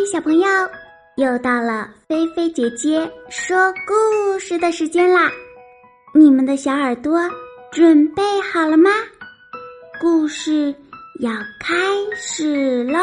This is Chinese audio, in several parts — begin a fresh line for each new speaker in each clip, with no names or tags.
小朋友，又到了菲菲姐姐说故事的时间啦！你们的小耳朵准备好了吗？故事要开始喽！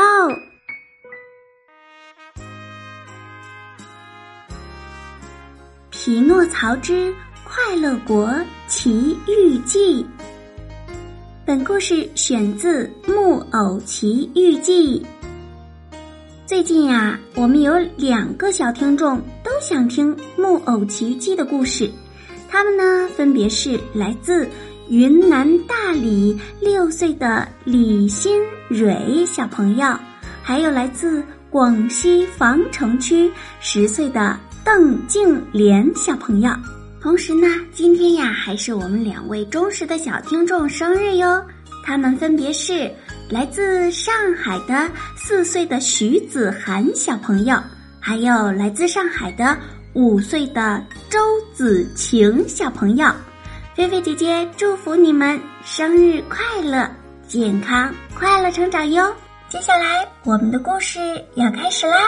匹诺曹之快乐国奇遇记。本故事选自《木偶奇遇记》。最近呀，我们有2个小听众都想听《木偶奇遇记》的故事，他们呢分别是来自云南大理6岁的李新蕊小朋友，还有来自广西防城区10岁的邓静莲小朋友。同时呢，今天呀还是我们2位忠实的小听众生日哟，他们分别是来自上海的4岁的徐子涵小朋友，还有来自上海的5岁的周子晴小朋友。菲菲姐姐祝福你们生日快乐，健康快乐成长哟！接下来我们的故事要开始啦。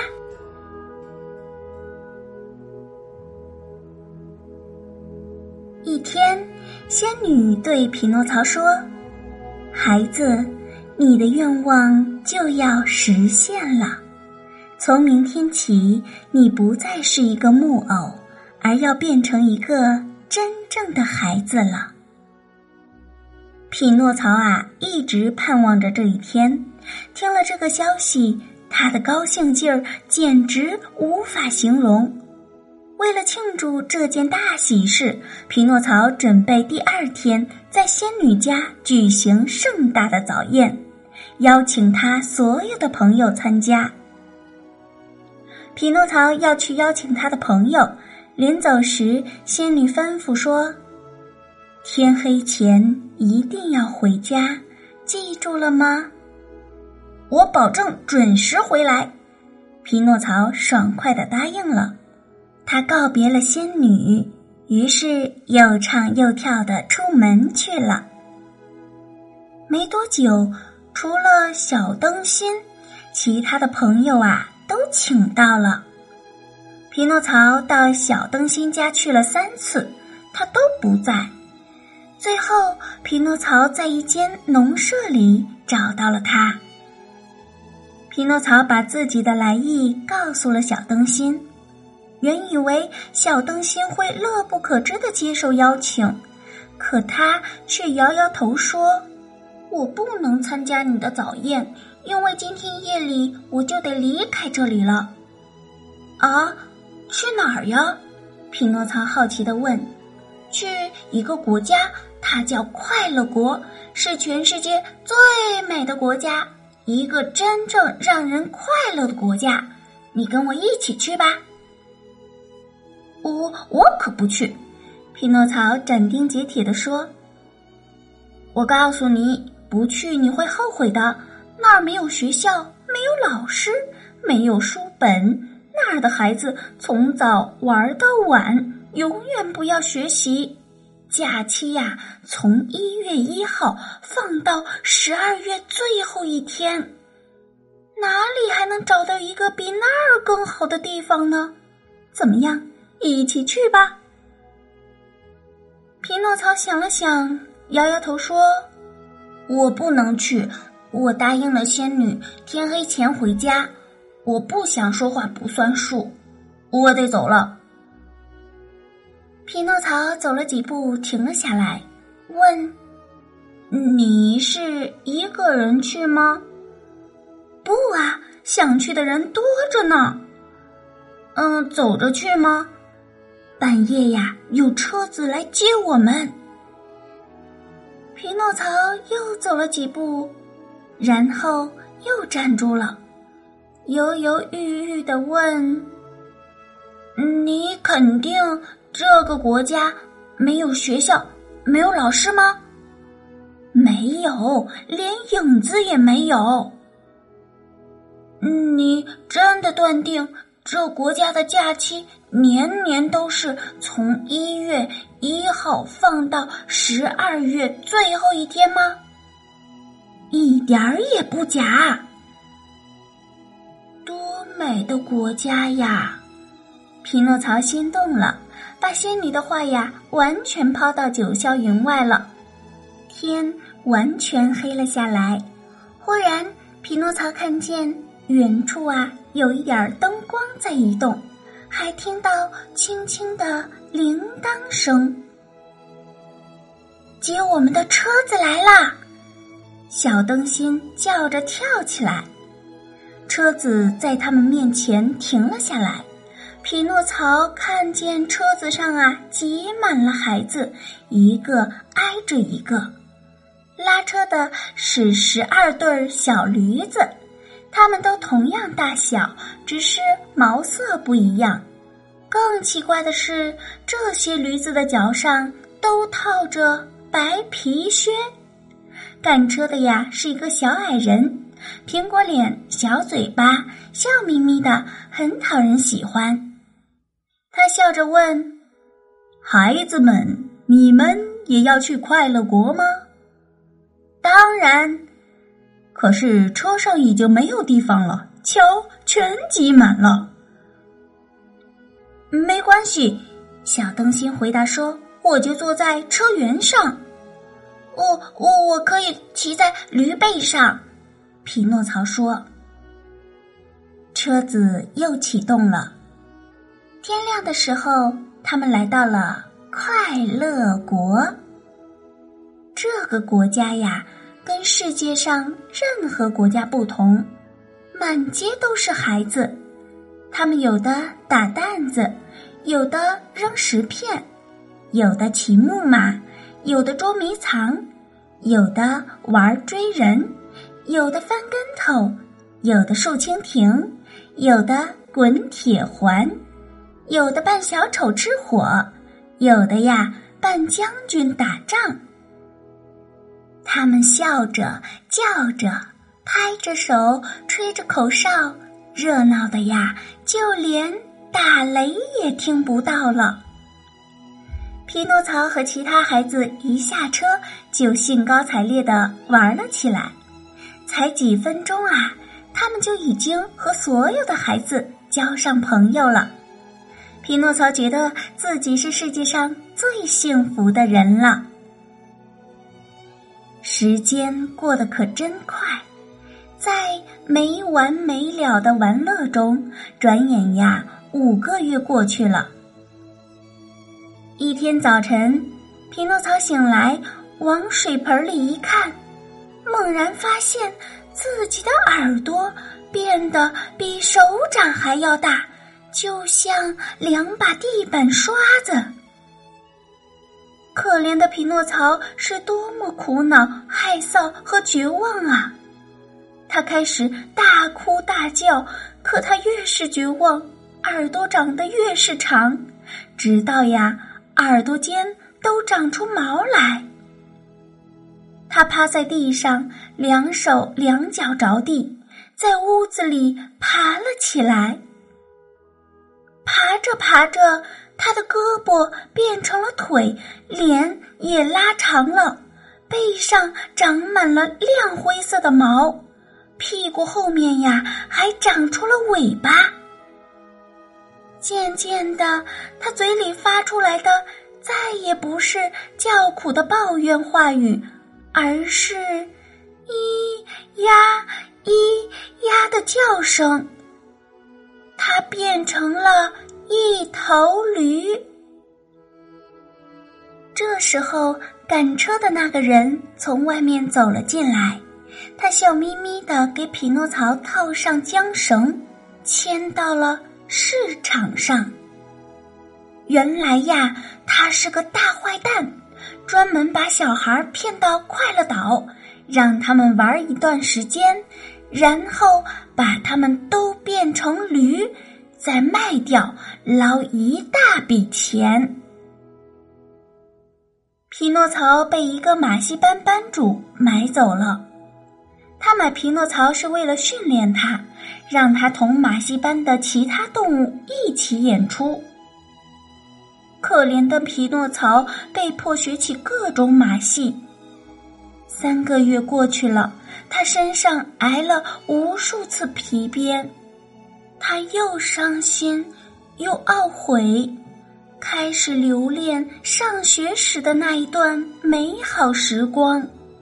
一天，仙女对匹诺曹说：孩子，你的愿望就要实现了。从明天起，你不再是一个木偶，而要变成一个真正的孩子了。匹诺曹啊，一直盼望着这一天。听了这个消息，他的高兴劲儿简直无法形容。为了庆祝这件大喜事，匹诺曹准备第2天在仙女家举行盛大的早宴，邀请他所有的朋友参加。匹诺曹要去邀请他的朋友，临走时，仙女吩咐说：天黑前一定要回家，记住了吗？我保证准时回来。匹诺曹爽快地答应了。他告别了仙女，于是又唱又跳地出门去了。没多久，除了小灯芯，其他的朋友啊都请到了。匹诺曹到小灯芯家去了3次，他都不在。最后，匹诺曹在一间农舍里找到了他。匹诺曹把自己的来意告诉了小灯芯。原以为小灯芯会乐不可支地接受邀请，可他却摇摇头说：我不能参加你的早宴，因为今天夜里我就得离开这里了。啊，去哪儿呀？匹诺曹好奇地问。去一个国家，它叫快乐国，是全世界最美的国家，一个真正让人快乐的国家。你跟我一起去吧。我可不去，匹诺曹斩钉截铁地说。我告诉你，不去你会后悔的。那儿没有学校，没有老师，没有书本，那儿的孩子从早玩到晚，永远不要学习。假期呀，从1月1号放到12月最后一天。哪里还能找到一个比那儿更好的地方呢？怎么样？一起去吧。匹诺曹想了想，摇摇头说：我不能去，我答应了仙女，天黑前回家。我不想说话不算数，我得走了。匹诺曹走了几步，停了下来，问：你是一个人去吗？不啊，想去的人多着呢。走着去吗？半夜呀，有车子来接我们。匹诺曹又走了几步，然后又站住了，犹犹豫豫地问：你肯定这个国家没有学校，没有老师吗？没有，连影子也没有。你真的断定这国家的假期年年都是从1月1号放到12月最后一天吗？一点儿也不假。多美的国家呀！匹诺曹心动了，把心里的话呀完全抛到九霄云外了。天完全黑了下来，忽然匹诺曹看见远处啊有一点灯光在移动，还听到轻轻的铃铛声。接我们的车子来啦！小灯芯叫着跳起来，车子在他们面前停了下来。匹诺曹看见车子上啊挤满了孩子，一个挨着一个。拉车的是12对小驴子，它们都同样大小，只是毛色不一样。更奇怪的是，这些驴子的脚上都套着白皮靴。赶车的呀是一个小矮人，苹果脸，小嘴巴，笑眯眯的，很讨人喜欢。他笑着问：孩子们，你们也要去快乐国吗？当然。可是车上已经没有地方了，瞧，全挤满了。没关系，小灯芯回答说，我就坐在车辕上。我可以骑在驴背上，匹诺曹说。车子又启动了。天亮的时候，他们来到了快乐国。这个国家呀，跟世界上任何国家不同，满街都是孩子。他们有的打弹子，有的扔石片，有的骑木马，有的捉迷藏，有的玩追人，有的翻跟头，有的竖蜻蜓，有的滚铁环，有的扮小丑吃火，有的呀扮将军打仗。他们笑着叫着，拍着手，吹着口哨，热闹的呀就连打雷也听不到了。匹诺曹和其他孩子一下车就兴高采烈地玩了起来。才几分钟啊，他们就已经和所有的孩子交上朋友了。匹诺曹觉得自己是世界上最幸福的人了。时间过得可真快，在没完没了的玩乐中，转眼呀5个月过去了。一天早晨，匹诺曹醒来，往水盆里一看，猛然发现自己的耳朵变得比手掌还要大，就像2把地板刷子。可怜的匹诺曹是多么苦恼、害臊和绝望啊！他开始大哭大叫，可他越是绝望，耳朵长得越是长，直到呀耳朵尖都长出毛来。他趴在地上，2手2脚着地，在屋子里爬了起来。爬着爬着，他的胳膊变成了腿，脸也拉长了，背上长满了亮灰色的毛，屁股后面呀还长出了尾巴。渐渐的，他嘴里发出来的再也不是叫苦的抱怨话语，而是咿呀咿呀的叫声。他变成了一头驴。这时候，赶车的那个人从外面走了进来，他笑眯眯地给匹诺曹套上缰绳，牵到了市场上。原来呀，他是个大坏蛋，专门把小孩骗到快乐岛，让他们玩一段时间，然后把他们都变成驴，再卖掉，捞一大笔钱。匹诺曹被一个马戏班班主买走了。他买匹诺曹是为了训练他，让他同马戏班的其他动物一起演出。可怜的匹诺曹被迫学起各种马戏。3个月过去了，他身上挨了无数次皮鞭。 他又伤心又懊悔，开始留恋上学时的那一段美好时光。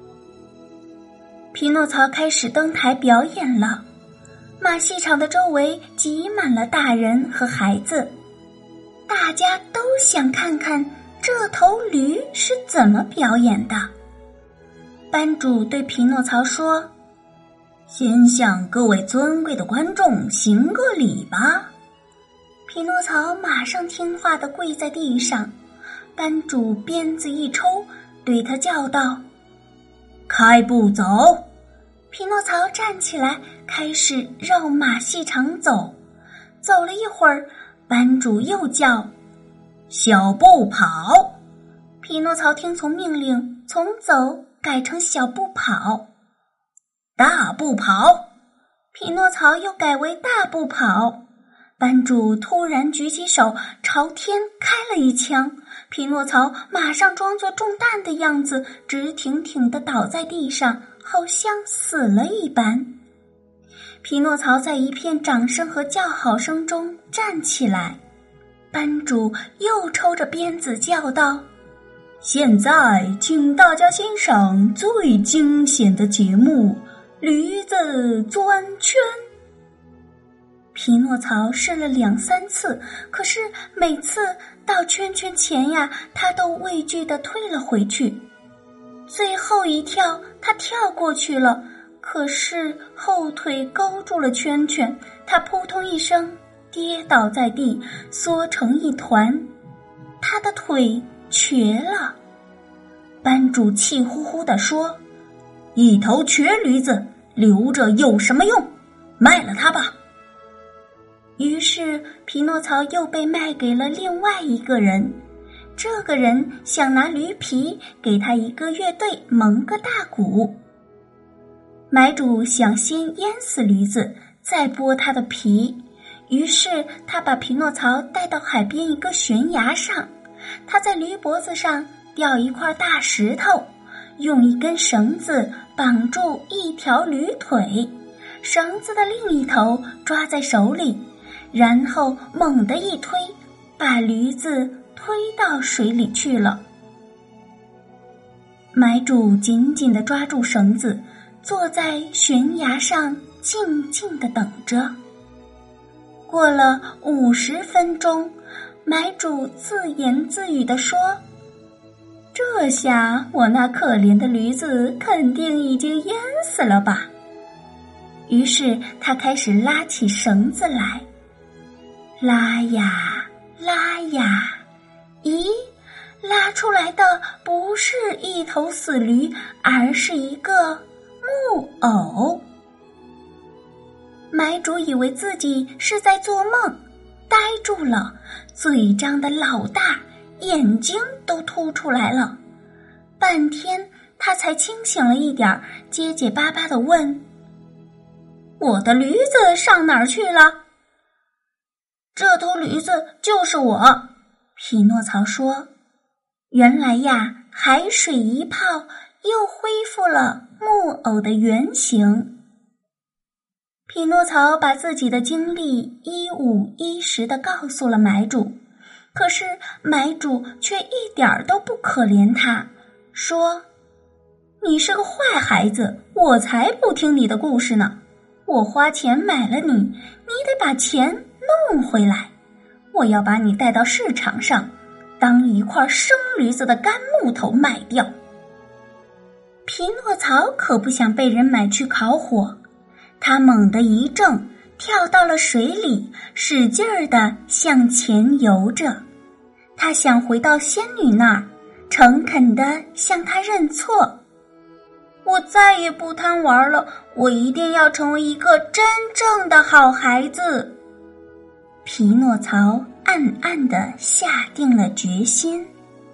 匹诺曹开始登台表演了，马戏场的周围挤满了大人和孩子，大家都想看看这头驴是怎么表演的。班主对匹诺曹说：“先向各位尊贵的观众行个礼吧。”匹诺曹马上听话地跪在地上，班主鞭子一抽，对他叫道：“开步走！”匹诺曹站起来，开始绕马戏场走。走了一会儿，班主又叫：“小步跑！”匹诺曹听从命令，从走改成小步跑。大步跑！匹诺曹又改为大步跑。班主突然举起手朝天开了一枪，匹诺曹马上装作中弹的样子，直挺挺地倒在地上，好像死了一般。匹诺曹在一片掌声和叫好声中站起来，班主又抽着鞭子叫道：“现在请大家欣赏最惊险的节目——驴子钻圈。”匹诺曹试了2、3次，可是每次到圈圈前呀，他都畏惧地退了回去。最后一跳，他跳过去了，可是后腿勾住了圈圈，他扑通一声跌倒在地，缩成一团，他的腿瘸了。班主气呼呼地说：“一头瘸驴子留着有什么用？卖了它吧！”于是匹诺曹又被卖给了另外一个人，这个人想拿驴皮给他一个乐队蒙个大鼓。买主想先淹死驴子，再剥他的皮，于是他把匹诺曹带到海边一个悬崖上，他在驴脖子上吊一块大石头，用一根绳子绑住一条驴腿，绳子的另一头抓在手里，然后猛地一推，把驴子推到水里去了。买主紧紧地抓住绳子，坐在悬崖上静静地等着。过了50分钟，买主自言自语地说：“这下我那可怜的驴子肯定已经淹死了吧。”于是他开始拉起绳子来，拉呀拉呀，咦，拉出来的不是一头死驴，而是一个木偶。买主以为自己是在做梦，呆住了，嘴张得老大，眼睛都凸出来了。半天他才清醒了一点，结结巴巴地问：“我的驴子上哪儿去了？”“这头驴子就是我。”匹诺曹说。原来呀，海水一泡，又恢复了木偶的原形。匹诺曹把自己的经历一五一十地告诉了买主，可是买主却一点都不可怜他，说：“你是个坏孩子，我才不听你的故事呢。我花钱买了你，你得把钱弄回来。我要把你带到市场上，当一块生驴子的干木头卖掉。”匹诺曹可不想被人买去烤火，他猛地一挣，跳到了水里，使劲儿地向前游着。他想回到仙女那儿，诚恳地向她认错。我再也不贪玩了，我一定要成为一个真正的好孩子。匹诺曹暗暗地下定了决心。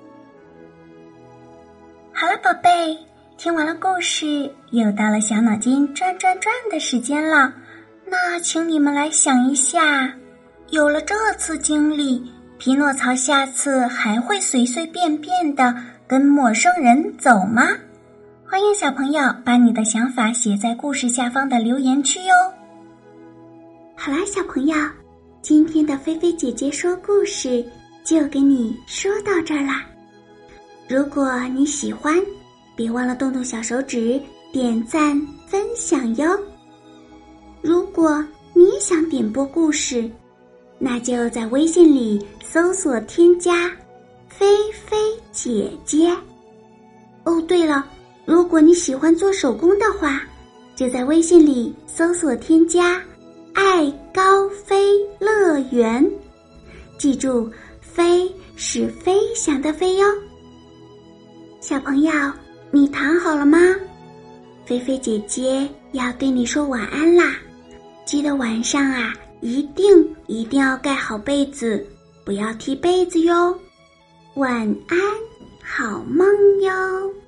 好了，宝贝，听完了故事，又到了小脑筋转转转的时间了。那请你们来想一下，有了这次经历，匹诺曹下次还会随随便便的跟陌生人走吗？欢迎小朋友把你的想法写在故事下方的留言区哟。 好啦，小朋友，今天的菲菲姐姐说故事就给你说到这儿啦。如果你喜欢，别忘了动动小手指点赞分享哟。如果你也想点播故事，那就在微信里搜索添加菲菲姐姐。哦，对了，如果你喜欢做手工的话，就在微信里搜索添加爱高飞乐园，记住飞是飞翔的飞哟。小朋友，你躺好了吗？菲菲姐姐要跟你说晚安啦，记得晚上啊，一定要盖好被子，不要踢被子哟。晚安，好梦哟。